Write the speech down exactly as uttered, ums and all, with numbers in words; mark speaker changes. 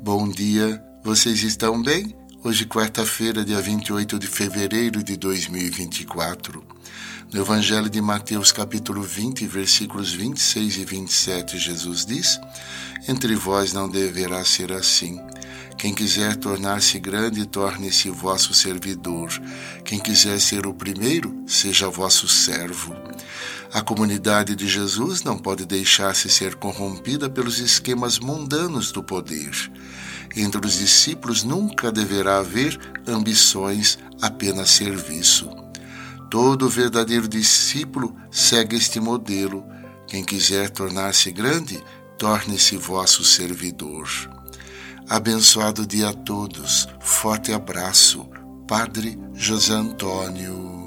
Speaker 1: Bom dia, vocês estão bem? Hoje, quarta-feira, dia vinte e oito de fevereiro de dois mil e vinte e quatro. No Evangelho de Mateus, capítulo vinte, versículos vinte e seis e vinte e sete, Jesus diz: Entre vós não deverá ser assim. Quem quiser tornar-se grande, torne-se vosso servidor. Quem quiser ser o primeiro, seja vosso servo. A comunidade de Jesus não pode deixar-se ser corrompida pelos esquemas mundanos do poder. Entre os discípulos nunca deverá haver ambições, apenas serviço. Todo verdadeiro discípulo segue este modelo. Quem quiser tornar-se grande, torne-se vosso servidor. Abençoado dia a todos. Forte abraço. Padre José Antônio.